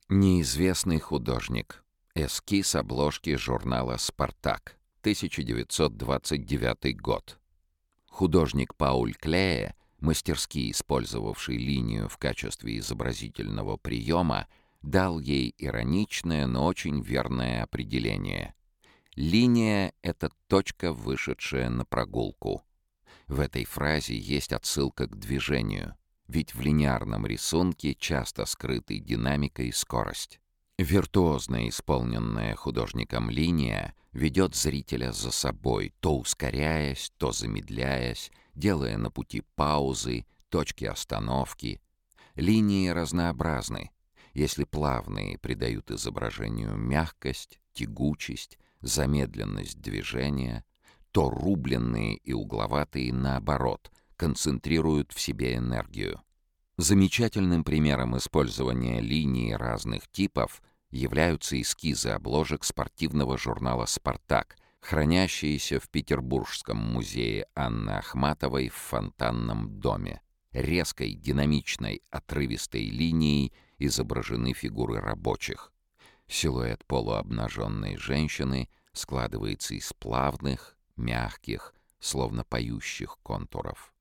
Неизвестный художник. Эскиз обложки журнала «Спартак», 1929 год. Художник Пауль Клее, мастерски использовавший линию в качестве изобразительного приема, дал ей ироничное, но очень верное определение. Линия — это точка, вышедшая на прогулку. В этой фразе есть отсылка к движению, ведь в линейном рисунке часто скрыты динамика и скорость. Виртуозно исполненная художником линия ведет зрителя за собой, то ускоряясь, то замедляясь, делая на пути паузы, точки остановки. Линии разнообразны. Если плавные придают изображению мягкость, тягучесть, замедленность движения, то рубленные и угловатые, наоборот, концентрируют в себе энергию. Замечательным примером использования линий разных типов являются эскизы обложек спортивного журнала «Спартак», хранящиеся в Петербургском музее Анны Ахматовой в Фонтанном доме. Резкой, динамичной, отрывистой линией изображены фигуры рабочих. Силуэт полуобнаженной женщины складывается из плавных, мягких, словно поющих контуров.